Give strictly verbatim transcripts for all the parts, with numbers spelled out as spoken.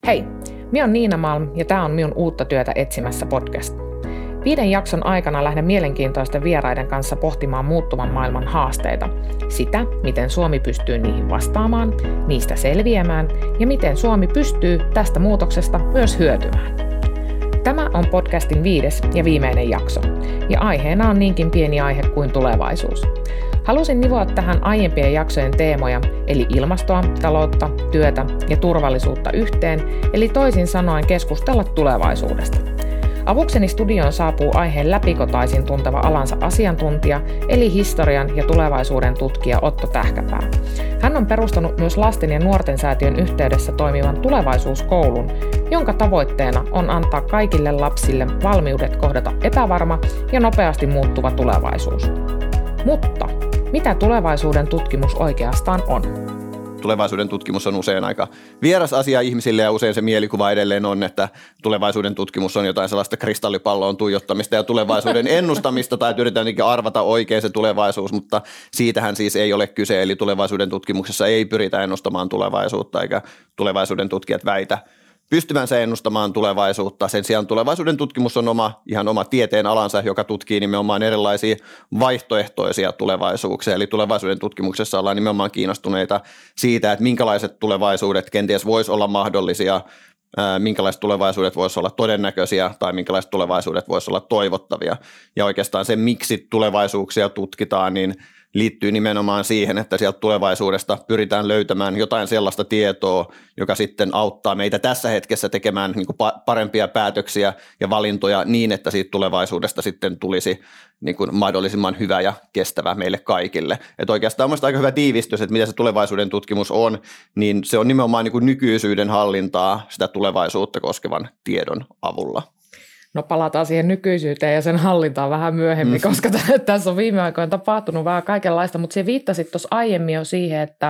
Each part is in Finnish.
Hei, minä olen Niina Malm ja tämä on minun uutta työtä etsimässä podcast. Viiden jakson aikana lähden mielenkiintoisten vieraiden kanssa pohtimaan muuttuvan maailman haasteita, sitä, miten Suomi pystyy niihin vastaamaan, niistä selviämään ja miten Suomi pystyy tästä muutoksesta myös hyötymään. Tämä on podcastin viides ja viimeinen jakso, ja aiheena on niinkin pieni aihe kuin tulevaisuus. Halusin nivoa tähän aiempien jaksojen teemoja, eli ilmastoa, taloutta, työtä ja turvallisuutta yhteen, eli toisin sanoen keskustella tulevaisuudesta. Avukseni studioon saapuu aiheen läpikotaisin tunteva alansa asiantuntija, eli historian ja tulevaisuuden tutkija Otto Tähkäpää. Hän on perustanut myös lasten ja nuorten säätiön yhteydessä toimivan tulevaisuuskoulun, jonka tavoitteena on antaa kaikille lapsille valmiudet kohdata epävarma ja nopeasti muuttuva tulevaisuus. Mutta mitä tulevaisuuden tutkimus oikeastaan on? Tulevaisuuden tutkimus on usein aika vieras asia ihmisille ja usein se mielikuva edelleen on, että tulevaisuuden tutkimus on jotain sellaista kristallipalloon tuijottamista ja tulevaisuuden ennustamista tai yritetään arvata oikein se tulevaisuus, mutta siitähän siis ei ole kyse. Eli tulevaisuuden tutkimuksessa ei pyritä ennustamaan tulevaisuutta eikä tulevaisuuden tutkijat väitä pystyvänsä ennustamaan tulevaisuutta. Sen sijaan tulevaisuuden tutkimus on oma, ihan oma tieteen alansa, joka tutkii nimenomaan erilaisia vaihtoehtoisia tulevaisuuksia. Eli tulevaisuuden tutkimuksessa ollaan nimenomaan kiinnostuneita siitä, että minkälaiset tulevaisuudet kenties voisi olla mahdollisia, minkälaiset tulevaisuudet voisi olla todennäköisiä tai minkälaiset tulevaisuudet voisi olla toivottavia. Ja oikeastaan se, miksi tulevaisuuksia tutkitaan, niin liittyy nimenomaan siihen, että sieltä tulevaisuudesta pyritään löytämään jotain sellaista tietoa, joka sitten auttaa meitä tässä hetkessä tekemään niin kuin parempia päätöksiä ja valintoja niin, että siitä tulevaisuudesta sitten tulisi niin kuin mahdollisimman hyvä ja kestävä meille kaikille. Että oikeastaan on mielestäni aika hyvä tiivistys, että mitä se tulevaisuuden tutkimus on, niin se on nimenomaan niin kuin nykyisyyden hallintaa sitä tulevaisuutta koskevan tiedon avulla. No palataan siihen nykyisyyteen ja sen hallintaan vähän myöhemmin, mm. koska t- tässä on viime aikoina tapahtunut vähän kaikenlaista, mutta se viittasit tuossa aiemmin jo siihen, että,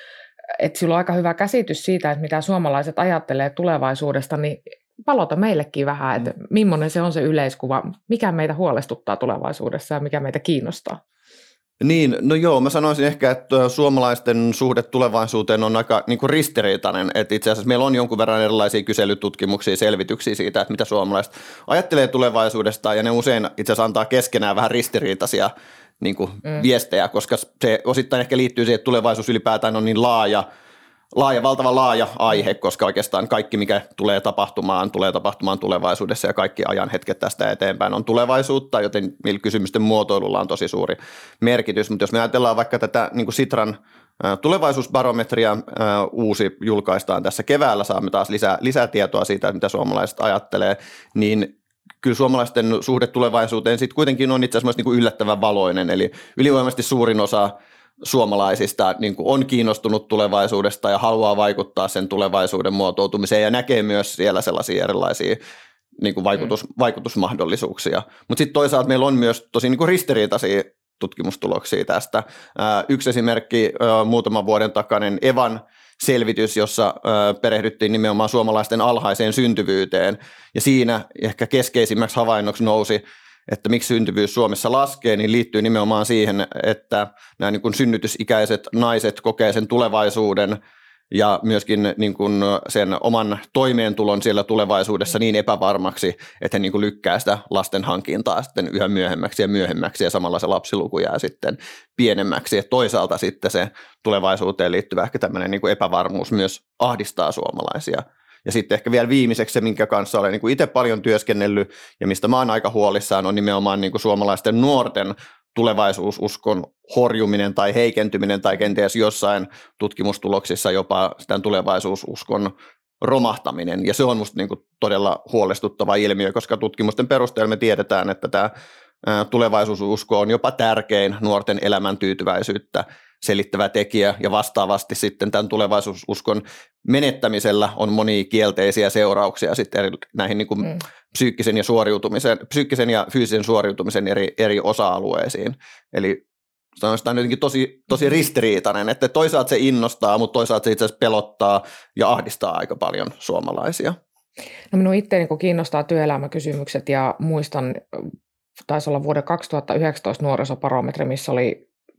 että sillä on aika hyvä käsitys siitä, että mitä suomalaiset ajattelee tulevaisuudesta, niin palota meillekin vähän, että mm. millainen se on se yleiskuva, mikä meitä huolestuttaa tulevaisuudessa ja mikä meitä kiinnostaa. Niin, no joo, mä sanoisin ehkä, että suomalaisten suhde tulevaisuuteen on aika niin kuin ristiriitainen, että itse asiassa meillä on jonkun verran erilaisia kyselytutkimuksia, selvityksiä siitä, että mitä suomalaiset ajattelee tulevaisuudesta, ja ne usein itse asiassa antaa keskenään vähän ristiriitaisia niin kuin mm. viestejä, koska se osittain ehkä liittyy siihen, että tulevaisuus ylipäätään on niin laaja, laaja, valtava laaja aihe, koska oikeastaan kaikki, mikä tulee tapahtumaan, tulee tapahtumaan tulevaisuudessa ja kaikki ajan hetket tästä eteenpäin on tulevaisuutta, joten millä kysymysten muotoilulla on tosi suuri merkitys. Mutta jos me ajatellaan vaikka tätä niin kuin Sitran tulevaisuusbarometria, uusi julkaistaan tässä keväällä, saamme taas lisää, lisää tietoa siitä, mitä suomalaiset ajattelee, niin kyllä suomalaisten suhde tulevaisuuteen sitten kuitenkin on itse asiassa niin kuin yllättävän valoinen, eli ylivoimaisesti suurin osa suomalaisista niin kuin on kiinnostunut tulevaisuudesta ja haluaa vaikuttaa sen tulevaisuuden muotoutumiseen ja näkee myös siellä sellaisia erilaisia niin kuin vaikutus, mm. vaikutusmahdollisuuksia. Mutta sitten toisaalta meillä on myös tosi niin kuin ristiriitaisia tutkimustuloksia tästä. Ää, yksi esimerkki ää, muutaman vuoden takainen Evan selvitys, jossa ää, perehdyttiin nimenomaan suomalaisten alhaiseen syntyvyyteen, ja siinä ehkä keskeisimmäksi havainnoksi nousi, että miksi syntyvyys Suomessa laskee, niin liittyy nimenomaan siihen, että nämä niin kuin synnytysikäiset naiset kokee sen tulevaisuuden ja myöskin niin kuin sen oman toimeentulon siellä tulevaisuudessa niin epävarmaksi, että he niin kuin lykkää sitä lasten hankintaa sitten yhä myöhemmäksi ja myöhemmäksi ja samalla se lapsiluku jää sitten pienemmäksi. Et toisaalta sitten se tulevaisuuteen liittyvä ehkä tämmöinen niin kuin epävarmuus myös ahdistaa suomalaisia. Ja sitten ehkä vielä viimeiseksi se, minkä kanssa olen niin kuin itse paljon työskennellyt ja mistä mä oon aika huolissaan, on nimenomaan niin kuin suomalaisten nuorten tulevaisuususkon horjuminen tai heikentyminen tai kenties jossain tutkimustuloksissa jopa sitä tulevaisuususkon romahtaminen. Ja se on musta niin kuin todella huolestuttava ilmiö, koska tutkimusten perusteella me tiedetään, että tämä tulevaisuususko on jopa tärkein nuorten elämäntyytyväisyyttä selittävä tekijä, ja vastaavasti sitten tämän tulevaisuususkon menettämisellä on monia kielteisiä seurauksia sitten eri, näihin niin kuin mm. psyykkisen ja suoriutumisen, psyykkisen ja fyysisen suoriutumisen eri, eri osa-alueisiin. Eli sanotaan jotenkin tosi, tosi ristiriitainen, että toisaalta se innostaa, mutta toisaalta se itse asiassa pelottaa ja ahdistaa aika paljon suomalaisia. No minun itseäni kun kiinnostaa työelämäkysymykset ja muistan, taisi olla vuoden kaksituhattayhdeksäntoista nuorisobarometri, missä oli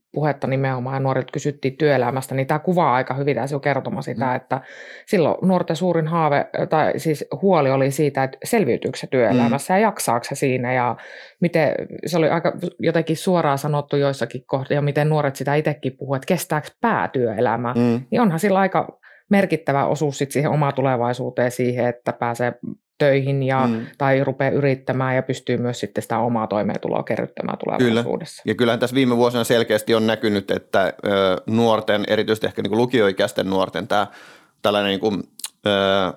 puhetta nimenomaan ja nuorilta kysyttiin työelämästä, niin tämä kuvaa aika hyvin tämä sinun kertoma sitä, mm. että silloin nuorten suurin haave, tai siis huoli oli siitä, että selviytyykö se työelämässä mm. ja jaksaako se siinä ja miten, se oli aika jotenkin suoraan sanottu joissakin kohdissa ja miten nuoret sitä itsekin puhuu, että kestääkö päätyöelämä, mm. niin onhan sillä aika merkittävä osuus sit siihen omaan tulevaisuuteen siihen, että pääsee töihin ja, mm. tai rupeaa yrittämään ja pystyy myös sitten sitä omaa toimeentuloa kerryttämään tulevaisuudessa. Kyllä. Ja kyllähän tässä viime vuosina selkeästi on näkynyt, että ö, nuorten, erityisesti ehkä niin kuin lukioikäisten nuorten, tämä tällainen niin kuin, ö,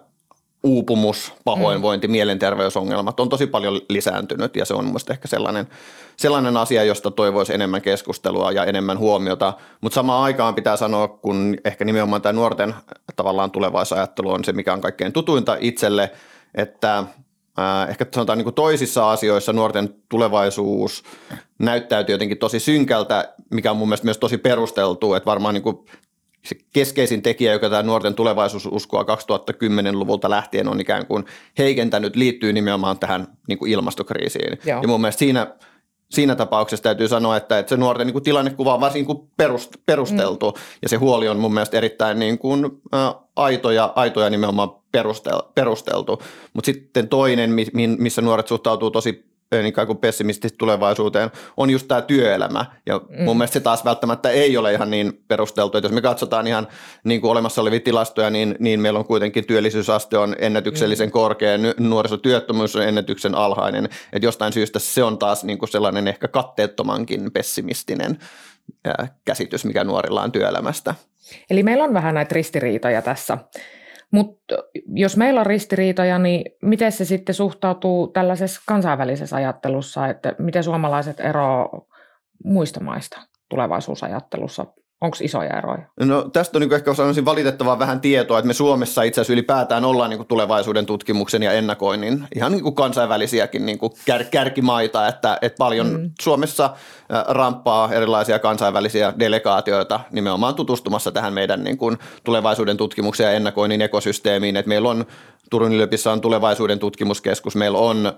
uupumus, pahoinvointi, mm. mielenterveysongelmat on tosi paljon lisääntynyt ja se on mielestäni ehkä sellainen, sellainen asia, josta toivoisi enemmän keskustelua ja enemmän huomiota, mutta samaan aikaan pitää sanoa, kun ehkä nimenomaan tämä nuorten tavallaan tulevaisuusajattelu on se, mikä on kaikkein tutuinta itselle, että äh, ehkä sanotaan niin kuin toisissa asioissa nuorten tulevaisuus näyttäytyy jotenkin tosi synkältä, mikä on mun mielestä myös tosi perusteltu, että varmaan niin kuin se keskeisin tekijä, joka tämä nuorten tulevaisuususkoa kaksituhattakymmenluvulta lähtien on ikään kuin heikentänyt, liittyy nimenomaan tähän niin kuin ilmastokriisiin. Joo. Ja mun mielestä siinä, siinä tapauksessa täytyy sanoa, että, että se nuorten niin kuin tilannekuva on varsin kuin perust, perusteltu mm. ja se huoli on mun mielestä erittäin niin kuin, ä, aitoja, aitoja nimenomaan perustel, perusteltu. Mutta sitten toinen, missä nuoret suhtautuu tosi ikään kuin pessimistisesti tulevaisuuteen, on just tämä työelämä. Ja mm. mun mielestä se taas välttämättä ei ole ihan niin perusteltu, että jos me katsotaan ihan niin kuin olemassa olevia tilastoja, niin, niin meillä on kuitenkin työllisyysaste on ennätyksellisen mm. korkea, nuorisotyöttömyys on ennätyksen alhainen, että jostain syystä se on taas niin kuin sellainen ehkä katteettomankin pessimistinen ää, käsitys, mikä nuorilla on työelämästä. Eli meillä on vähän näitä ristiriitoja tässä. Mutta jos meillä on ristiriitoja, niin miten se sitten suhtautuu tällaisessa kansainvälisessä ajattelussa, että miten suomalaiset eroavat muista maista tulevaisuusajattelussa? Onko isoja eroja? No tästä on niin ehkä sanoisin valitettavaa vähän tietoa, että me Suomessa itse asiassa ylipäätään ollaan niin kuin tulevaisuuden tutkimuksen ja ennakoinnin ihan niin kuin kansainvälisiäkin niin kuin kär, kärkimaita, että, että paljon mm. Suomessa ramppaa erilaisia kansainvälisiä delegaatioita nimenomaan tutustumassa tähän meidän niin kuin tulevaisuuden tutkimuksen ja ennakoinnin ekosysteemiin, että meillä on Turun yliopistossa on tulevaisuuden tutkimuskeskus, meillä on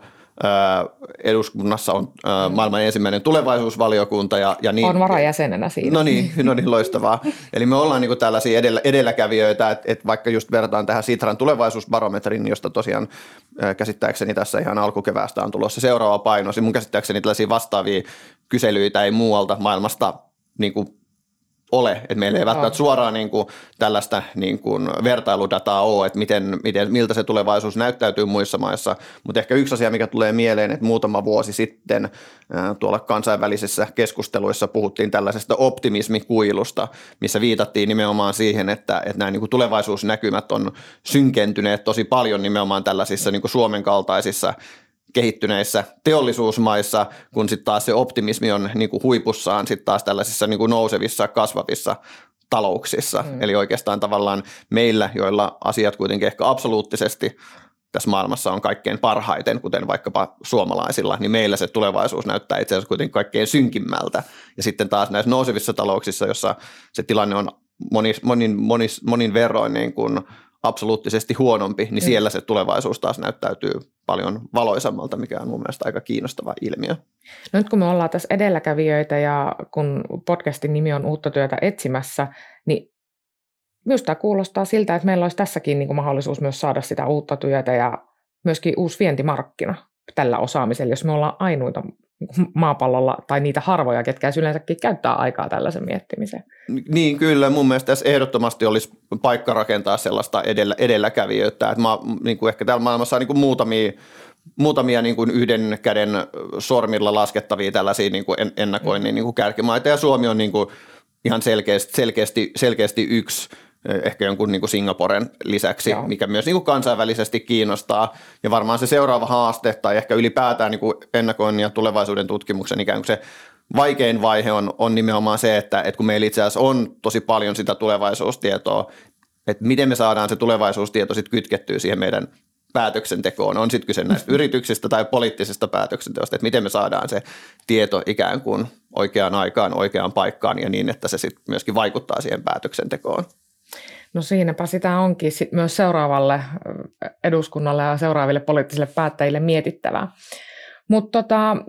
eduskunnassa on maailman ensimmäinen tulevaisuusvaliokunta. Ja, ja niin, on varajäsenenä siinä. No niin, no niin loistavaa. Eli me ollaan niin kuin tällaisia edellä, edelläkävijöitä, että, että vaikka just verrataan tähän Sitran tulevaisuusbarometriin, josta tosiaan käsittääkseni tässä ihan alkukeväästä on tulossa seuraava paino. Mun käsittääkseni tällaisia vastaavia kyselyitä ei muualta maailmasta niin kuin ole, että meillä ei välttämättä suoraan niin kuin tällaista niin kuin vertailudataa ole, että miten, miten, miltä se tulevaisuus näyttäytyy muissa maissa, mutta ehkä yksi asia, mikä tulee mieleen, että muutama vuosi sitten ää, tuolla kansainvälisissä keskusteluissa puhuttiin tällaisesta optimismikuilusta, missä viitattiin nimenomaan siihen, että, että nämä niin kuin tulevaisuusnäkymät on synkentyneet tosi paljon nimenomaan tällaisissa niin kuin Suomen kaltaisissa kehittyneissä teollisuusmaissa, kun sitten taas se optimismi on niin kuin huipussaan sitten taas tällaisissa niin kuin nousevissa, kasvavissa talouksissa. Mm. Eli oikeastaan tavallaan meillä, joilla asiat kuitenkin ehkä absoluuttisesti tässä maailmassa on kaikkein parhaiten, kuten vaikkapa suomalaisilla, niin meillä se tulevaisuus näyttää itse asiassa kuitenkin kaikkein synkimmältä. Ja sitten taas näissä nousevissa talouksissa, jossa se tilanne on monin, monin, monin, monin verroin niin kuin absoluuttisesti huonompi, niin siellä se tulevaisuus taas näyttäytyy paljon valoisammalta, mikä on mun mielestä aika kiinnostava ilmiö. No nyt kun me ollaan tässä edelläkävijöitä ja kun podcastin nimi on Uutta työtä etsimässä, niin myös tämä kuulostaa siltä, että meillä olisi tässäkin niin kuin mahdollisuus myös saada sitä uutta työtä ja myöskin uusi vientimarkkina tällä osaamisella, jos me ollaan ainoita maapallolla tai niitä harvoja, ketkä yleensäkin käyttää aikaa tällaisen miettimiseen. Niin kyllä, mun mielestä tässä ehdottomasti olisi paikka rakentaa sellaista edellä, edelläkävijöitä, että mä, niin kuin ehkä täällä maailmassa on niin kuin muutamia, muutamia niin kuin yhden käden sormilla laskettavia tällaisia niin kuin ennakoinnin niin kuin kärkimaita, ja Suomi on niin kuin ihan selkeästi, selkeästi, selkeästi yksi, ehkä jonkun niin kuin Singaporen lisäksi, Joo. mikä myös niin kuin kansainvälisesti kiinnostaa. Ja varmaan se seuraava haaste tai ehkä ylipäätään niin kuin ennakoinnin ja tulevaisuuden tutkimuksen ikään kuin se vaikein vaihe on, on nimenomaan se, että, että kun meillä itse asiassa on tosi paljon sitä tulevaisuustietoa, että miten me saadaan se tulevaisuustieto sitten kytkettyä siihen meidän päätöksentekoon, on sitten kyse näistä yrityksistä tai poliittisesta päätöksenteosta, että miten me saadaan se tieto ikään kuin oikeaan aikaan, oikeaan paikkaan ja niin, että se sitten myöskin vaikuttaa siihen päätöksentekoon. No siinäpä sitä onkin sit myös seuraavalle eduskunnalle ja seuraaville poliittisille päättäjille mietittävää. Mutta tota,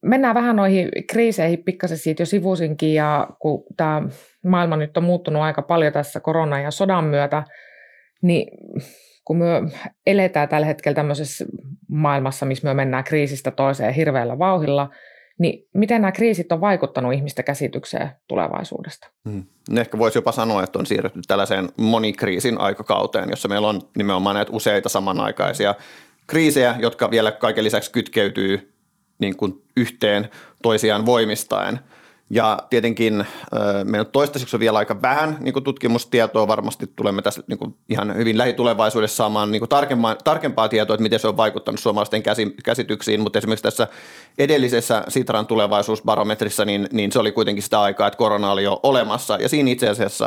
mennään vähän noihin kriiseihin, pikkasen siitä jo sivusinkin, ja kun tämä maailma nyt on muuttunut aika paljon tässä koronan ja sodan myötä, niin kun me eletään tällä hetkellä tämmöisessä maailmassa, missä me mennään kriisistä toiseen hirveällä vauhdilla, niin miten nämä kriisit on vaikuttanut ihmisten käsitykseen tulevaisuudesta? Hmm. Ehkä voisi jopa sanoa, että on siirrytty tällaiseen monikriisin aikakauteen, jossa meillä on nimenomaan näitä useita samanaikaisia kriisejä, jotka vielä kaiken lisäksi kytkeytyy niin kuin yhteen toisiaan voimistaen. Ja tietenkin äh, meillä toistaiseksi on vielä aika vähän niin kuin tutkimustietoa, varmasti tulemme tässä niin kuin ihan hyvin lähitulevaisuudessa saamaan niin kuin tarkempaa, tarkempaa tietoa, että miten se on vaikuttanut suomalaisten käsi, käsityksiin, mutta esimerkiksi tässä edellisessä Sitran tulevaisuusbarometrissa, niin, niin se oli kuitenkin sitä aikaa, että korona oli jo olemassa, ja siinä itse asiassa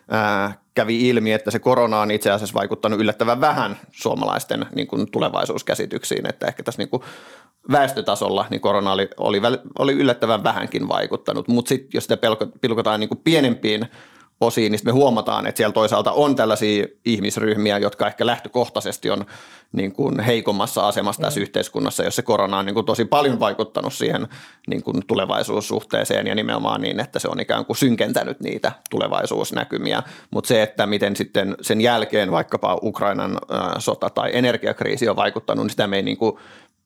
äh, kävi ilmi, että se korona on itse asiassa vaikuttanut yllättävän vähän suomalaisten niin kuin tulevaisuuskäsityksiin, että ehkä tässä niin kuin väestötasolla niin korona oli, oli, oli yllättävän vähänkin vaikuttanut, mutta sitten jos sitä pilkotaan niin kuin pienempiin osiin, niin me huomataan, että siellä toisaalta on tällaisia ihmisryhmiä, jotka ehkä lähtökohtaisesti on niin kuin heikommassa asemassa tässä mm. yhteiskunnassa, jos se korona on niin kuin tosi paljon vaikuttanut siihen niin kuin tulevaisuussuhteeseen ja nimenomaan niin, että se on ikään kuin synkentänyt niitä tulevaisuusnäkymiä, mutta se, että miten sitten sen jälkeen vaikkapa Ukrainan äh, sota tai energiakriisi on vaikuttanut, niin sitä me ei niin kuin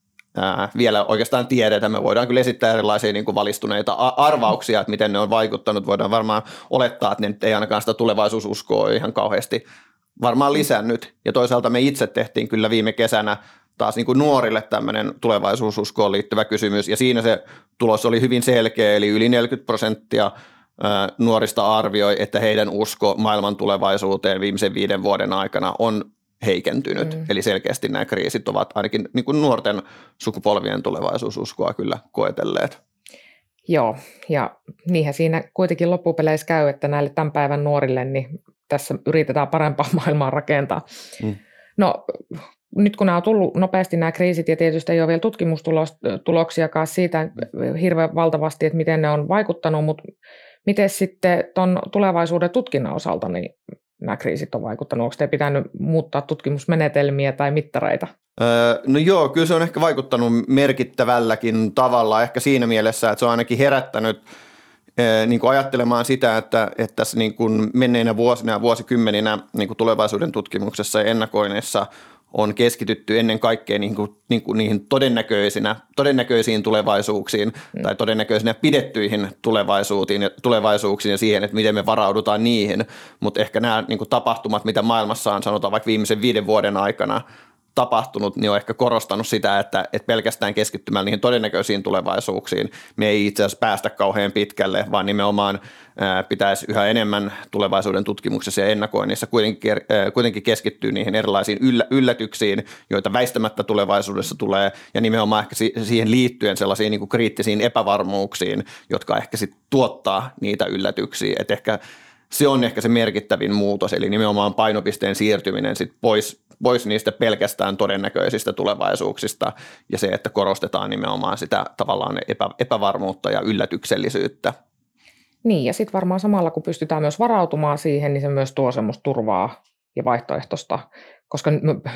Ää, vielä oikeastaan tiedetä. Me voidaan kyllä esittää erilaisia niin kuin valistuneita arvauksia, että miten ne on vaikuttanut. Voidaan varmaan olettaa, että ne ei ainakaan sitä tulevaisuususkoa ihan kauheasti varmaan lisännyt. Ja toisaalta me itse tehtiin kyllä viime kesänä taas niin kuin nuorille tämmöinen tulevaisuususkoon liittyvä kysymys. Ja siinä se tulos oli hyvin selkeä, eli yli neljäkymmentä prosenttia ää, nuorista arvioi, että heidän usko maailman tulevaisuuteen viimeisen viiden vuoden aikana on heikentynyt. Mm. Eli selkeästi nämä kriisit ovat ainakin niin kuin nuorten sukupolvien tulevaisuususkoa kyllä koetelleet. Joo, ja niinhän siinä kuitenkin loppupeleissä käy, että näille tämän päivän nuorille, niin tässä yritetään parempaa maailmaa rakentaa. Mm. No nyt kun nämä on tullut nopeasti nämä kriisit, ja tietysti ei ole vielä tutkimustuloksiakaan siitä hirveän valtavasti, että miten ne on vaikuttanut, mutta miten sitten tuon tulevaisuuden tutkinnan osalta, niin nämä kriisit on vaikuttanut? Onko te pitänyt muuttaa tutkimusmenetelmiä tai mittareita? Öö, no joo, kyllä se on ehkä vaikuttanut merkittävälläkin tavalla, ehkä siinä mielessä, että se on ainakin herättänyt öö, niin kuin ajattelemaan sitä, että, että tässä niin kuin menneinä vuosina ja vuosikymmeninä niin kuin tulevaisuuden tutkimuksessa ja ennakoinnissa on keskitytty ennen kaikkea niin kuin, niin kuin niihin todennäköisinä, todennäköisiin tulevaisuuksiin mm. tai todennäköisinä pidettyihin tulevaisuuksiin, tulevaisuuksiin ja siihen, että miten me varaudutaan niihin. Mutta ehkä nämä niin kuin tapahtumat, mitä maailmassa on sanotaan vaikka viimeisen viiden vuoden aikana tapahtunut, niin on ehkä korostanut sitä, että, että pelkästään keskittymällä niihin todennäköisiin tulevaisuuksiin me ei itse asiassa päästä kauhean pitkälle, vaan nimenomaan ää, pitäisi yhä enemmän tulevaisuuden tutkimuksessa ja ennakoinnissa kuitenkin, ää, kuitenkin keskittyä niihin erilaisiin yllä, yllätyksiin, joita väistämättä tulevaisuudessa tulee, ja nimenomaan ehkä si- siihen liittyen sellaisiin niin kuin kriittisiin epävarmuuksiin, jotka ehkä sitten tuottaa niitä yllätyksiä, että ehkä se on ehkä se merkittävin muutos, eli nimenomaan painopisteen siirtyminen sit pois, pois niistä pelkästään todennäköisistä tulevaisuuksista ja se, että korostetaan nimenomaan sitä tavallaan epä, epävarmuutta ja yllätyksellisyyttä. Niin, ja sitten varmaan samalla, kun pystytään myös varautumaan siihen, niin se myös tuo semmoista turvaa ja vaihtoehtoista, koska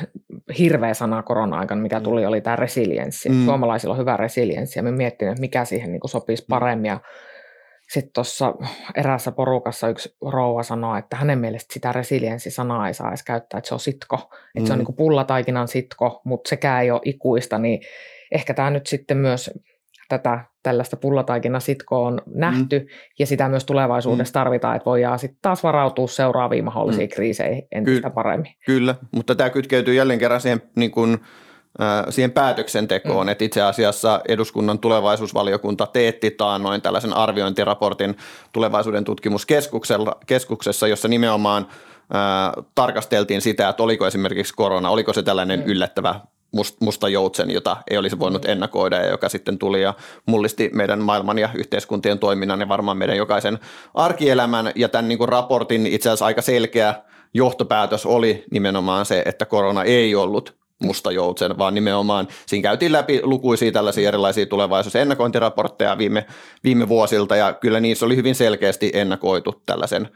hirveä sana korona-aikana, mikä tuli, oli tämä resilienssi. Mm. Suomalaisilla on hyvä resilienssi, ja me miettimme, että mikä siihen niin kuin sopisi paremmin, ja sitten tuossa eräässä porukassa yksi rouva sanoi, että hänen mielestä sitä resilienssisanaa ei saa edes käyttää, että se on sitko. Että mm. se on niin kuin pullataikinan sitko, mutta sekään ei ole ikuista. Niin ehkä tämä nyt sitten myös tätä tällaista pullataikinan sitkoa on nähty, mm. ja sitä myös tulevaisuudessa mm. tarvitaan, että voidaan sitten taas varautua seuraaviin mahdollisiin mm. kriiseihin entistä Ky- paremmin. Kyllä, mutta tämä kytkeytyy jälleen kerran siihen niin kuin siihen päätöksentekoon, mm. että itse asiassa eduskunnan tulevaisuusvaliokunta teetti taannoin tällaisen arviointiraportin tulevaisuuden tutkimuskeskuksessa, jossa nimenomaan ää, tarkasteltiin sitä, että oliko esimerkiksi korona, oliko se tällainen mm. yllättävä musta joutsen, jota ei olisi voinut ennakoida ja joka sitten tuli ja mullisti meidän maailman ja yhteiskuntien toiminnan ja varmaan meidän jokaisen arkielämän, ja tämän niin kuin raportin itse asiassa aika selkeä johtopäätös oli nimenomaan se, että korona ei ollut musta joutsen, vaan nimenomaan siinä käytiin läpi lukuisia tällaisia erilaisia tulevaisuusennakointiraportteja viime, viime vuosilta, ja kyllä niissä oli hyvin selkeästi ennakoitu tällaisen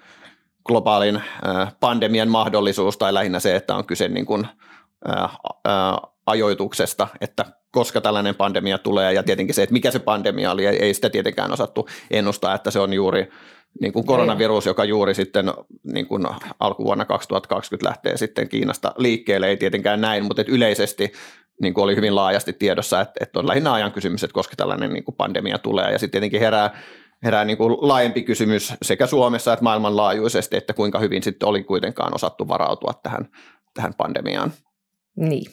globaalin äh, pandemian mahdollisuus, tai lähinnä se, että on kyse niin kuin, äh, äh, ajoituksesta, että koska tällainen pandemia tulee ja tietenkin se, että mikä se pandemia oli, ei sitä tietenkään osattu ennustaa, että se on juuri niin kuin koronavirus, joka juuri sitten niin kuin alkuvuonna kaksituhattakaksikymmentä lähtee sitten Kiinasta liikkeelle, ei tietenkään näin, mutta yleisesti niin kuin oli hyvin laajasti tiedossa, että, että on lähinnä ajan kysymys, että koska tällainen niin kuin pandemia tulee ja sitten tietenkin herää Herää niin kuin laajempi kysymys sekä Suomessa että maailmanlaajuisesti, että kuinka hyvin sitten oli kuitenkaan osattu varautua tähän, tähän pandemiaan. Niin.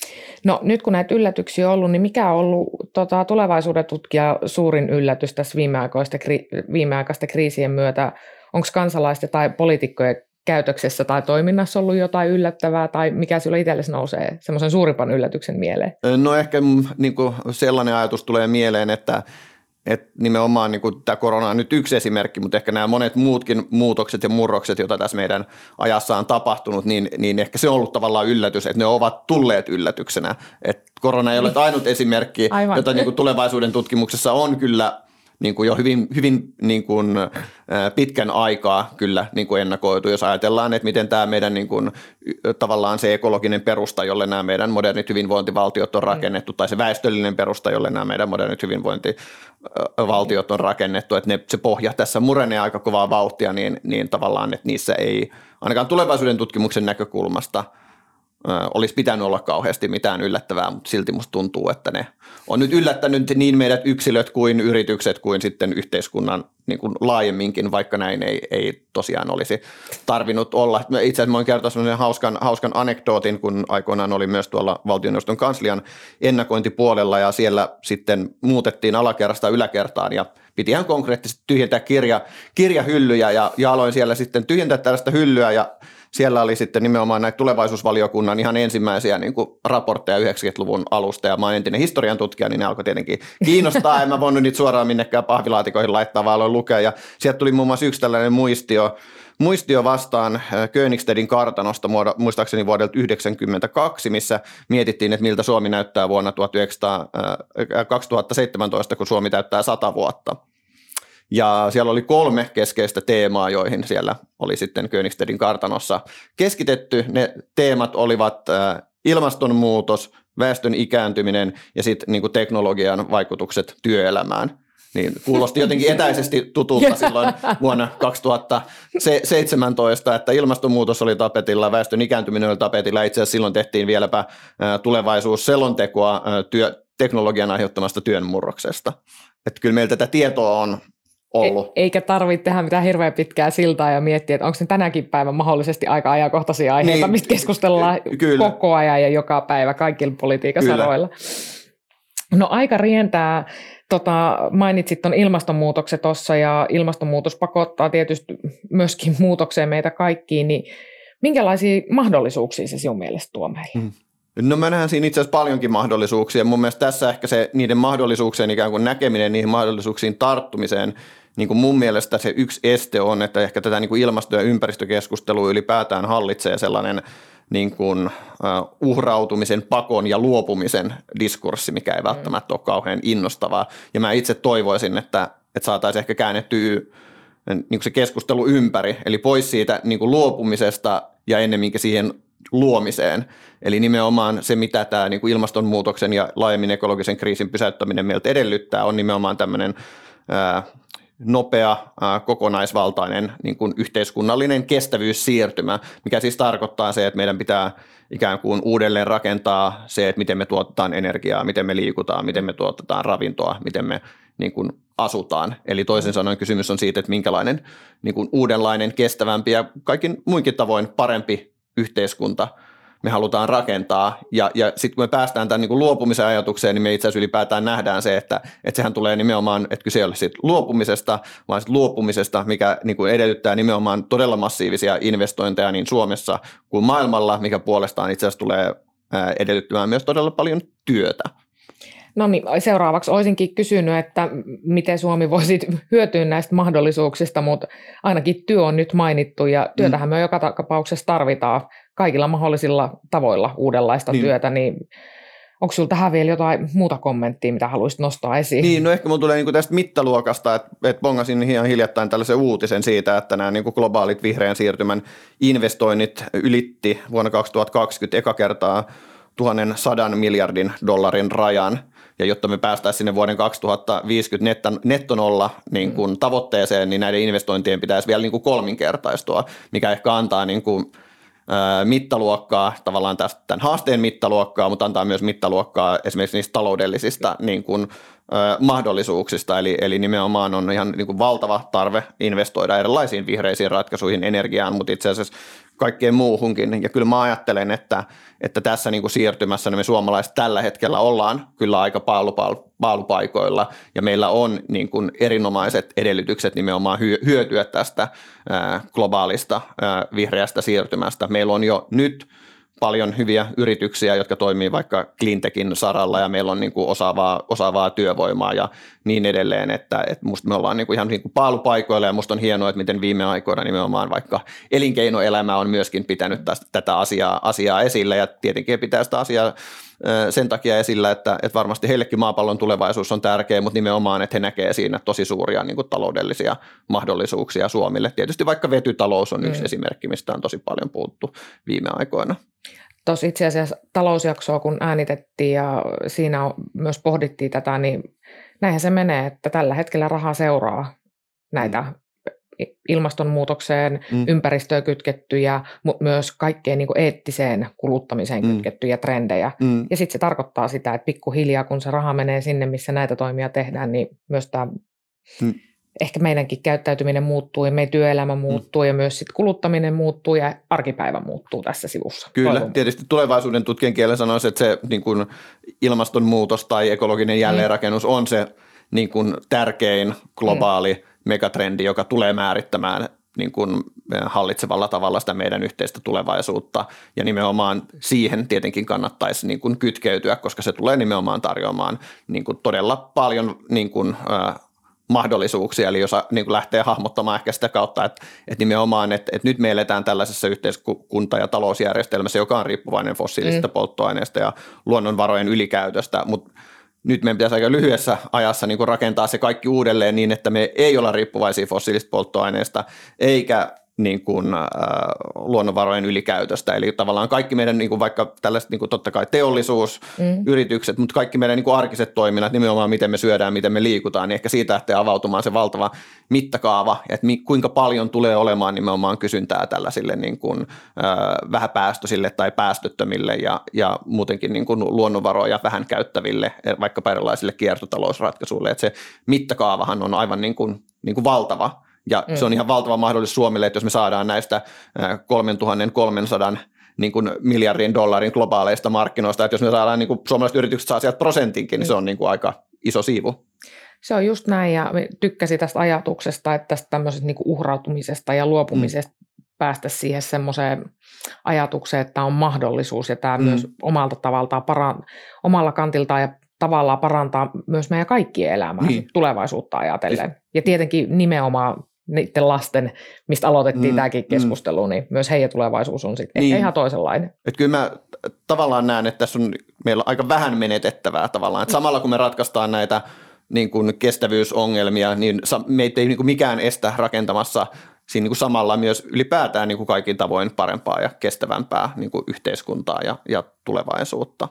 No nyt kun näitä yllätyksiä on ollut, niin mikä on ollut tota, tulevaisuuden tutkija suurin yllätys tässä viimeaikaisten kriisien myötä? Onko kansalaisten tai poliitikkojen käytöksessä tai toiminnassa ollut jotain yllättävää, tai mikä sinulle itsellesi nousee semmoisen suurimpan yllätyksen mieleen? No ehkä niin kuin sellainen ajatus tulee mieleen, että että nimenomaan niin kuin tämä korona on nyt yksi esimerkki, mutta ehkä nämä monet muutkin muutokset ja murrokset, joita tässä meidän ajassa on tapahtunut, niin, niin ehkä se on ollut tavallaan yllätys, että ne ovat tulleet yllätyksenä. Että korona ei ole ainut esimerkki, Aivan. jota niin kuin tulevaisuuden tutkimuksessa on kyllä niin kuin jo hyvin, hyvin niin kuin, pitkän aikaa kyllä niin kuin ennakoitu, jos ajatellaan, että miten tämä meidän niin kuin, tavallaan se ekologinen perusta, jolle nämä meidän modernit hyvinvointivaltiot on rakennettu, tai se väestöllinen perusta, jolle nämä meidän modernit hyvinvointivaltiot on rakennettu, että ne, se pohja tässä murenee aika kovaa vauhtia, niin, niin tavallaan, että niissä ei ainakaan tulevaisuuden tutkimuksen näkökulmasta olisi pitänyt olla kauheasti mitään yllättävää, mutta silti musta tuntuu, että ne on nyt yllättänyt niin meidät yksilöt kuin yritykset kuin sitten yhteiskunnan niin kuin laajemminkin, vaikka näin ei, ei tosiaan olisi tarvinnut olla. Itse asiassa mä voin kertoa sellaisen hauskan, hauskan anekdootin, kun aikoinaan oli myös tuolla valtioneuvoston kanslian ennakointipuolella ja siellä sitten muutettiin alakerrasta yläkertaan ja piti ihan konkreettisesti tyhjentää kirja, kirjahyllyjä ja, ja aloin siellä sitten tyhjentää tällaista hyllyä ja siellä oli sitten nimenomaan näitä tulevaisuusvaliokunnan ihan ensimmäisiä niin kuin raportteja yhdeksänkymmentäluvun alusta ja mä olen entinen historian tutkija, niin ne alkoi tietenkin kiinnostaa. En mä voinut niitä suoraan minnekään pahvilaatikoihin laittaa, vaan aloin lukea ja sieltä tuli muun muassa yksi tällainen muistio, muistio vastaan Königstedin kartanosta muistaakseni vuodelta yhdeksänkymmentäkaksi, missä mietittiin, että miltä Suomi näyttää vuonna kaksituhattaseitsemäntoista, kun Suomi täyttää sata vuotta. Ja siellä oli kolme keskeistä teemaa, joihin siellä oli sitten Königstedin kartanossa keskitetty. Ne teemat olivat ilmastonmuutos, väestön ikääntyminen ja sitten niin kuin teknologian vaikutukset työelämään. Niin kuulosti jotenkin etäisesti tutulta silloin vuonna kaksituhattaseitsemäntoista, että ilmastonmuutos oli tapetilla, väestön ikääntyminen oli tapetilla. Itse asiassa silloin tehtiin vieläpä tulevaisuusselontekoa työ, teknologian aiheuttamasta työn murroksesta. Että kyllä meillä tätä tietoa on ollut. Eikä tarvitse tehdä mitään hirveän pitkää siltaa ja miettiä, että onko se tänäkin päivän mahdollisesti aika ajankohtaisia aiheita, niin, mistä keskustellaan kyllä. koko ajan ja joka päivä kaikilla politiikan saroilla. No aika rientää. Tota, mainitsit tuon ilmastonmuutoksen tuossa ja ilmastonmuutos pakottaa tietysti myöskin muutokseen meitä kaikkiin, niin minkälaisia mahdollisuuksia se sinun mielestä tuo meille? Hmm. No mä näen siinä itse asiassa paljonkin mahdollisuuksia. Mun mielestä tässä ehkä se niiden mahdollisuuksien ikään kuin näkeminen, niihin mahdollisuuksiin tarttumiseen, niin kuin mun mielestä se yksi este on, että ehkä tätä niin kuin ilmasto- ja ympäristökeskustelua ylipäätään hallitsee sellainen niin kuin, uh, uhrautumisen, pakon ja luopumisen diskurssi, mikä ei välttämättä ole kauhean innostavaa. Ja mä itse toivoisin, että, että saataisiin ehkä käännettyä niin kuin se keskustelu ympäri, eli pois siitä niin kuin luopumisesta ja ennemminkin siihen luomiseen. Eli nimenomaan se, mitä tämä niin kuin ilmastonmuutoksen ja laajemmin ekologisen kriisin pysäyttäminen meiltä edellyttää, on nimenomaan tämmöinen ää, nopea, ää, kokonaisvaltainen niin kuin yhteiskunnallinen kestävyyssiirtymä, mikä siis tarkoittaa se, että meidän pitää ikään kuin uudelleen rakentaa se, että miten me tuotetaan energiaa, miten me liikutaan, miten me tuotetaan ravintoa, miten me niin kuin asutaan. Eli toisin sanoen kysymys on siitä, että minkälainen niin kuin uudenlainen, kestävämpi ja kaikin muinkin tavoin parempi yhteiskunta me halutaan rakentaa, ja, ja sitten kun me päästään tämän niin kuin luopumisen ajatukseen, niin me itse asiassa ylipäätään nähdään se, että, että sehän tulee nimenomaan, että kyse ei ole siitä luopumisesta, vaan siitä luopumisesta, mikä niin kuin edellyttää nimenomaan todella massiivisia investointeja niin Suomessa kuin maailmalla, mikä puolestaan itse asiassa tulee edellyttämään myös todella paljon työtä. No niin, seuraavaksi olisinkin kysynyt, että miten Suomi voisi hyötyä näistä mahdollisuuksista, mutta ainakin työ on nyt mainittu ja työtähän mm. me joka tapauksessa tarvitaan kaikilla mahdollisilla tavoilla uudenlaista niin. työtä, niin onko sinulla tähän vielä jotain muuta kommenttia, mitä haluaisit nostaa esiin? Niin, no ehkä minulla tulee niinku tästä mittaluokasta, että et bongasin ihan hiljattain tällaisen uutisen siitä, että nämä niinku globaalit vihreän siirtymän investoinnit ylitti vuonna kaksituhattakaksikymmentä eka kertaa tuhatsadan miljardin dollarin rajan, ja jotta me päästäisiin sinne vuoden kaksituhattaviisikymmentä nettonolla niin kuin tavoitteeseen, niin näiden investointien pitäisi vielä niin kuin kolminkertaistua, mikä ehkä antaa niin kuin mittaluokkaa, tavallaan tästä, tämän haasteen mittaluokkaa, mutta antaa myös mittaluokkaa esimerkiksi niistä taloudellisista niin kuin, äh, mahdollisuuksista, eli, eli nimenomaan on ihan niin kuin valtava tarve investoida erilaisiin vihreisiin ratkaisuihin, energiaan, mutta itse asiassa kaikkeen muuhunkin, ja kyllä mä ajattelen, että, että tässä niin kuin siirtymässä niin me suomalaiset tällä hetkellä ollaan kyllä aika paalupaikoilla, ja meillä on niin kuin erinomaiset edellytykset nimenomaan hyötyä tästä ää, globaalista ää, vihreästä siirtymästä. Meillä on jo nyt paljon hyviä yrityksiä, jotka toimii vaikka cleantechin saralla, ja meillä on niin kuin osaavaa, osaavaa työvoimaa ja niin edelleen, että, että musta me ollaan niin kuin ihan niin kuin paalupaikoilla, ja musta on hienoa, että miten viime aikoina nimenomaan vaikka elinkeinoelämä on myöskin pitänyt tästä, tätä asiaa, asiaa esillä, ja tietenkin pitää sitä asiaa sen takia esillä, että, että varmasti heillekin maapallon tulevaisuus on tärkeä, mutta nimenomaan, että he näkee siinä tosi suuria niin kuin taloudellisia mahdollisuuksia Suomille. Tietysti vaikka vetytalous on yksi mm. esimerkki, mistä on tosi paljon puhuttu viime aikoina. Tuossa itse asiassa talousjaksoa, kun äänitettiin ja siinä myös pohdittiin tätä, niin näinhän se menee, että tällä hetkellä raha seuraa näitä mm. ilmastonmuutokseen, mm. ympäristöön kytkettyjä, mutta myös kaikkeen niin kuin eettiseen kuluttamiseen mm. kytkettyjä trendejä. Mm. Ja sitten se tarkoittaa sitä, että pikkuhiljaa, kun se raha menee sinne, missä näitä toimia tehdään, niin myös tämä mm. ehkä meidänkin käyttäytyminen muuttuu ja meidän työelämä muuttuu mm. ja myös sit kuluttaminen muuttuu ja arkipäivä muuttuu tässä sivussa. Kyllä, Toivon. Tietysti tulevaisuuden tutkijan kielellä sanoisi, että se niin kuin ilmastonmuutos tai ekologinen jälleenrakennus mm. on se niin kuin tärkein globaali mm. megatrendi, joka tulee määrittämään niin kuin hallitsevalla tavalla sitä meidän yhteistä tulevaisuutta, ja nimenomaan siihen tietenkin kannattaisi niin kuin kytkeytyä, koska se tulee nimenomaan tarjoamaan niin kuin todella paljon niin kuin, äh, mahdollisuuksia, eli jos niin kuin lähtee hahmottamaan ehkä sitä kautta, että, että nimenomaan, että, että nyt me eletään tällaisessa yhteiskunta- ja talousjärjestelmässä, joka on riippuvainen fossiilisista mm. polttoaineista ja luonnonvarojen ylikäytöstä, mutta nyt meidän pitäisi aika lyhyessä ajassa niin kuin rakentaa se kaikki uudelleen niin, että me ei olla riippuvaisia fossiilisista polttoaineista eikä niin kuin, äh, luonnonvarojen ylikäytöstä. Eli tavallaan kaikki meidän niin kuin vaikka tällaiset niin kuin totta kai teollisuusyritykset, mm. mutta kaikki meidän niin kuin arkiset toiminnat, nimenomaan miten me syödään, miten me liikutaan, niin ehkä siitä lähtee avautumaan se valtava mittakaava, että mi, kuinka paljon tulee olemaan nimenomaan kysyntää tällaisille niin kuin, äh, vähäpäästöisille tai päästöttömille ja, ja muutenkin niin kuin luonnonvaroja vähän käyttäville, vaikka erilaisille kiertotalousratkaisuille. Että se mittakaavahan on aivan niin kuin, niin kuin valtava. Ja mm. se on ihan valtava mahdollisuus Suomelle, että jos me saadaan näistä kolmetuhattakolmesataa niin kuin miljardin dollarin globaaleista markkinoista, että jos me saadaan, niin kuin suomalaiset yritykset saa sieltä prosentinkin, mm. niin se on niin kuin aika iso siivu. Se on just näin, ja tykkäsin tästä ajatuksesta, että tästä tämmöisestä niin kuin uhrautumisesta ja luopumisesta mm. päästä siihen semmoiseen ajatukseen, että on mahdollisuus, ja tämä mm. myös omalta tavallaan paran, omalla kantiltaan ja tavallaan parantaa myös meidän kaikkien elämää niin. tulevaisuutta ajatellen. Ja tietenkin nimenomaan niiden lasten, mistä aloitettiin mm, tämäkin keskustelu, mm. niin myös heidän tulevaisuus on sitten niin. ihan toisenlainen. Et kyllä mä tavallaan näen, että tässä on meillä on aika vähän menetettävää tavallaan. Et samalla kun me ratkaistaan näitä niin kuin kestävyysongelmia, niin meitä ei niin kuin mikään estä rakentamassa siinä niin kuin samalla myös ylipäätään niin kuin kaikin tavoin parempaa ja kestävämpää niin kuin yhteiskuntaa ja, ja tulevaisuutta.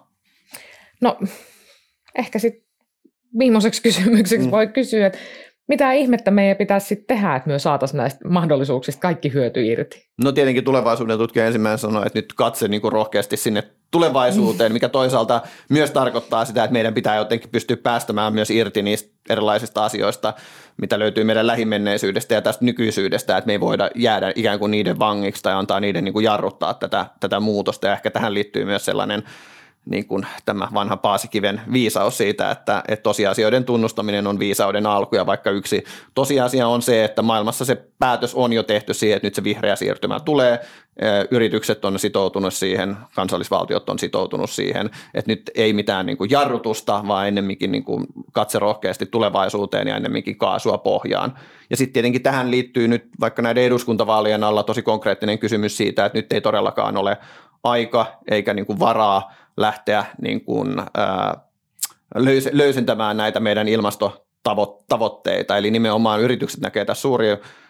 No ehkä sitten viimeiseksi kysymykseksi mm. voi kysyä, että mitä ihmettä meidän pitäisi sitten tehdä, että me saataisiin näistä mahdollisuuksista kaikki hyöty irti? No tietenkin tulevaisuuden tutkija ensimmäinen sanoi, että nyt katse niin kuin rohkeasti sinne tulevaisuuteen, mikä toisaalta myös tarkoittaa sitä, että meidän pitää jotenkin pystyä päästämään myös irti niistä erilaisista asioista, mitä löytyy meidän lähimenneisyydestä ja tästä nykyisyydestä, että me ei voida jäädä ikään kuin niiden vangiksi tai antaa niiden niin kuin jarruttaa tätä, tätä muutosta, ja ehkä tähän liittyy myös sellainen niin kuin tämä vanha Paasikiven viisaus siitä, että, että tosiasioiden tunnustaminen on viisauden alku, ja vaikka yksi tosiasia on se, että maailmassa se päätös on jo tehty siihen, että nyt se vihreä siirtymä tulee, yritykset on sitoutunut siihen, kansallisvaltiot on sitoutunut siihen, että nyt ei mitään niin kuin jarrutusta, vaan ennemminkin niin kuin katse rohkeasti tulevaisuuteen ja ennemminkin kaasua pohjaan. Ja sitten tietenkin tähän liittyy nyt vaikka näiden eduskuntavaalien alla tosi konkreettinen kysymys siitä, että nyt ei todellakaan ole aika eikä niin kuin varaa lähteä niin kuin, ää, löys- löysentämään näitä meidän ilmastotavoitteita. Eli nimenomaan yritykset näkee tässä suuria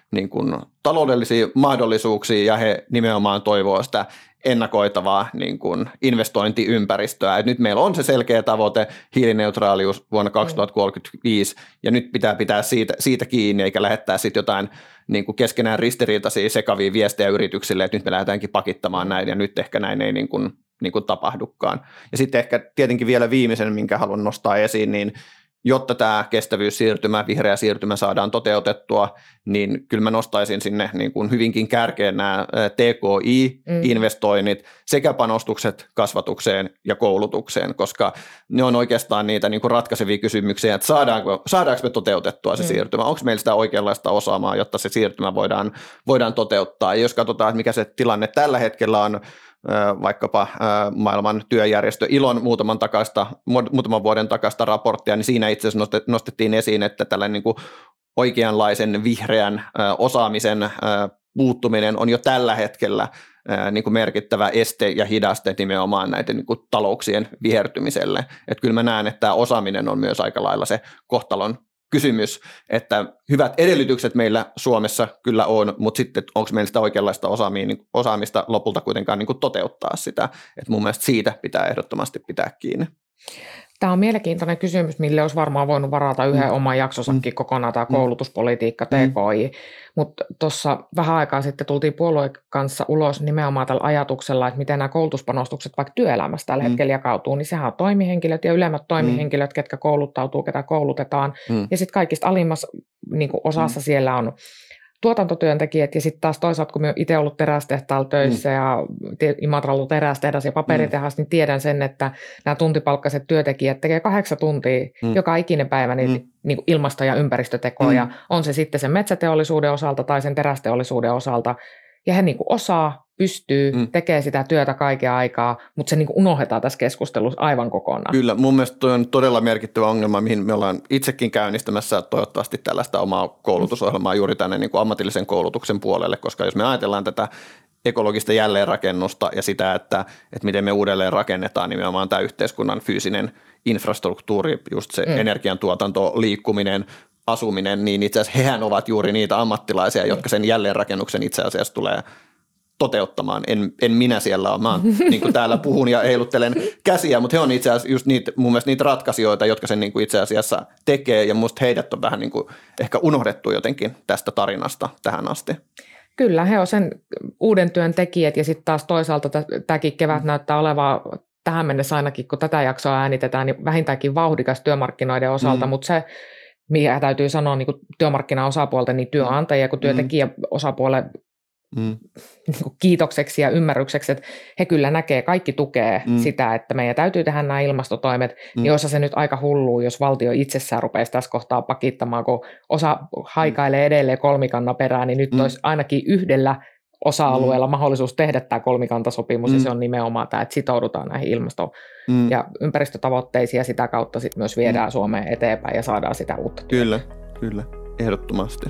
niin kuin taloudellisia mahdollisuuksia ja he nimenomaan toivoo sitä ennakoitavaa niin kuin investointiympäristöä. Et nyt meillä on se selkeä tavoite, hiilineutraalius vuonna kaksituhattakolmekymmentäviisi, ja nyt pitää pitää siitä, siitä kiinni, eikä lähettää sitten jotain niin kuin keskenään ristiriitaisia sekavia viestejä yrityksille, että nyt me lähdetäänkin pakittamaan näin, ja nyt ehkä näin ei niin kuin, niin kuin tapahdukaan. Ja sitten ehkä tietenkin vielä viimeisen, minkä haluan nostaa esiin, niin jotta tämä kestävyyssiirtymä, vihreä siirtymä saadaan toteutettua, niin kyllä mä nostaisin sinne niin kuin hyvinkin kärkeen nämä T K I-investoinnit sekä panostukset kasvatukseen ja koulutukseen, koska ne on oikeastaan niitä niin kuin ratkaisevia kysymyksiä, että saadaanko, saadaanko me toteutettua se mm. siirtymä, onko meillä sitä oikeanlaista osaamaa, jotta se siirtymä voidaan, voidaan toteuttaa. Ja jos katsotaan, että mikä se tilanne tällä hetkellä on, vaikkapa maailman työjärjestö ILOn muutaman, takaista, muutaman vuoden takaista raporttia, niin siinä itse asiassa nostettiin esiin, että tällainen niin kuin oikeanlaisen vihreän osaamisen puuttuminen on jo tällä hetkellä niin kuin merkittävä este ja hidaste nimenomaan näiden niin kuin talouksien vihertymiselle. Että kyllä mä näen, että tämä osaaminen on myös aika lailla se kohtalon kysymys, että hyvät edellytykset meillä Suomessa kyllä on, mutta sitten onko meillä sitä oikeanlaista osaamista lopulta kuitenkaan niin kuin toteuttaa sitä, että mun mielestä siitä pitää ehdottomasti pitää kiinni. Tämä on mielenkiintoinen kysymys, mille olisi varmaan voinut varata yhden mm. oman jaksossakin mm. kokonaan tämä koulutuspolitiikka, T K I, mm. mutta tuossa vähän aikaa sitten tultiin puolueen kanssa ulos nimenomaan tällä ajatuksella, että miten nämä koulutuspanostukset vaikka työelämässä tällä mm. hetkellä jakautuu, niin sehän on toimihenkilöt ja ylemmät toimihenkilöt, mm. ketkä kouluttautuu, ketä koulutetaan, mm. ja sitten kaikista alimmassa niin kuin osassa mm. siellä on tuotantotyöntekijät, ja sitten taas toisaalta, kun minä olen itse ollut terästehtaalla töissä mm. ja Imatralla ollut terästehdas ja paperitehas, mm. niin tiedän sen, että nämä tuntipalkkaiset työntekijät tekee kahdeksan tuntia mm. joka ikinen päivä niin, mm. niin kuin ilmasto- ja ympäristötekoja, mm. on se sitten sen metsäteollisuuden osalta tai sen terästeollisuuden osalta, ja he niin kuin osaa, pystyy, mm. tekee sitä työtä kaiken aikaa, mutta se niin kuin unohdetaan tässä keskustelussa aivan kokonaan. Kyllä, mun mielestä tuo on todella merkittävä ongelma, mihin me ollaan itsekin käynnistämässä toivottavasti tällaista omaa koulutusohjelmaa juuri tänne niin kuin ammatillisen koulutuksen puolelle, koska jos me ajatellaan tätä ekologista jälleenrakennusta ja sitä, että, että miten me uudelleen rakennetaan nimenomaan tämä yhteiskunnan fyysinen infrastruktuuri, just se mm. energiantuotanto, liikkuminen, asuminen, niin itse asiassa hehän ovat juuri niitä ammattilaisia, jotka sen jälleenrakennuksen itse asiassa tulee toteuttamaan. En, en minä siellä ole. Mä oon, niin kuin täällä puhun ja heiluttelen käsiä, mutta he on itse asiassa just niitä, mun mielestä niitä ratkaisijoita, jotka sen niin kuin itse asiassa tekee, ja musta heidät on vähän niin kuin ehkä unohdettu jotenkin tästä tarinasta tähän asti. Kyllä, he on sen uuden työn tekijät, ja sitten taas toisaalta tämäkin kevät näyttää olevaa tähän mennessä ainakin, kun tätä jaksoa äänitetään, niin vähintäänkin vauhdikas työmarkkinoiden osalta, mm. mutta se, mikä täytyy sanoa niin kuin työmarkkinaosapuolten, niin työnantajia kuin työntekijäosapuolen mm. niin kuin kiitokseksi ja ymmärrykseksi, että he kyllä näkee, kaikki tukee mm. sitä, että meidän täytyy tehdä nämä ilmastotoimet, mm. niin olisi se nyt aika hullua, jos valtio itsessään rupeaisi tässä kohtaa pakittamaan, kun osa haikailee edelleen kolmikannan perään, niin nyt mm. olisi ainakin yhdellä osa-alueella mm. mahdollisuus tehdä tämä kolmikantasopimus, mm. ja se on nimenomaan tämä, että sitoudutaan näihin ilmasto- mm. ja ympäristötavoitteisiin, ja sitä kautta sitten myös viedään mm. Suomeen eteenpäin ja saadaan sitä uutta työtä. Kyllä, kyllä, ehdottomasti.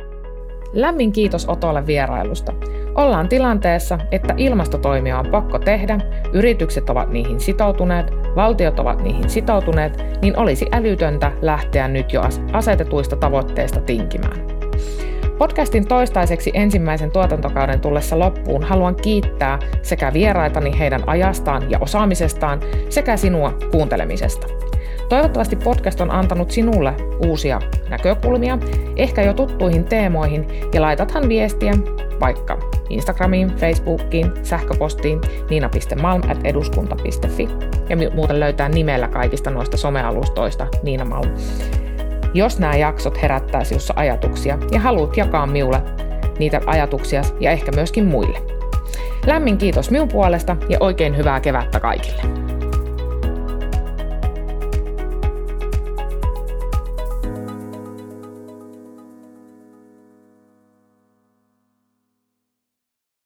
Lämmin kiitos Otolle vierailusta. Ollaan tilanteessa, että ilmastotoimia on pakko tehdä, yritykset ovat niihin sitoutuneet, valtiot ovat niihin sitoutuneet, niin olisi älytöntä lähteä nyt jo asetetuista tavoitteista tinkimään. Podcastin toistaiseksi ensimmäisen tuotantokauden tullessa loppuun haluan kiittää sekä vieraitani heidän ajastaan ja osaamisestaan sekä sinua kuuntelemisesta. Toivottavasti podcast on antanut sinulle uusia näkökulmia, ehkä jo tuttuihin teemoihin, ja laitathan viestiä vaikka Instagramiin, Facebookiin, sähköpostiin niina piste malm ät eduskunta piste fi, ja muuten löytää nimellä kaikista noista somealustoista Niina Malm. Jos nämä jaksot herättää sinussa ajatuksia ja haluat jakaa minulle niitä ajatuksia ja ehkä myöskin muille. Lämmin kiitos minun puolesta ja oikein hyvää kevättä kaikille.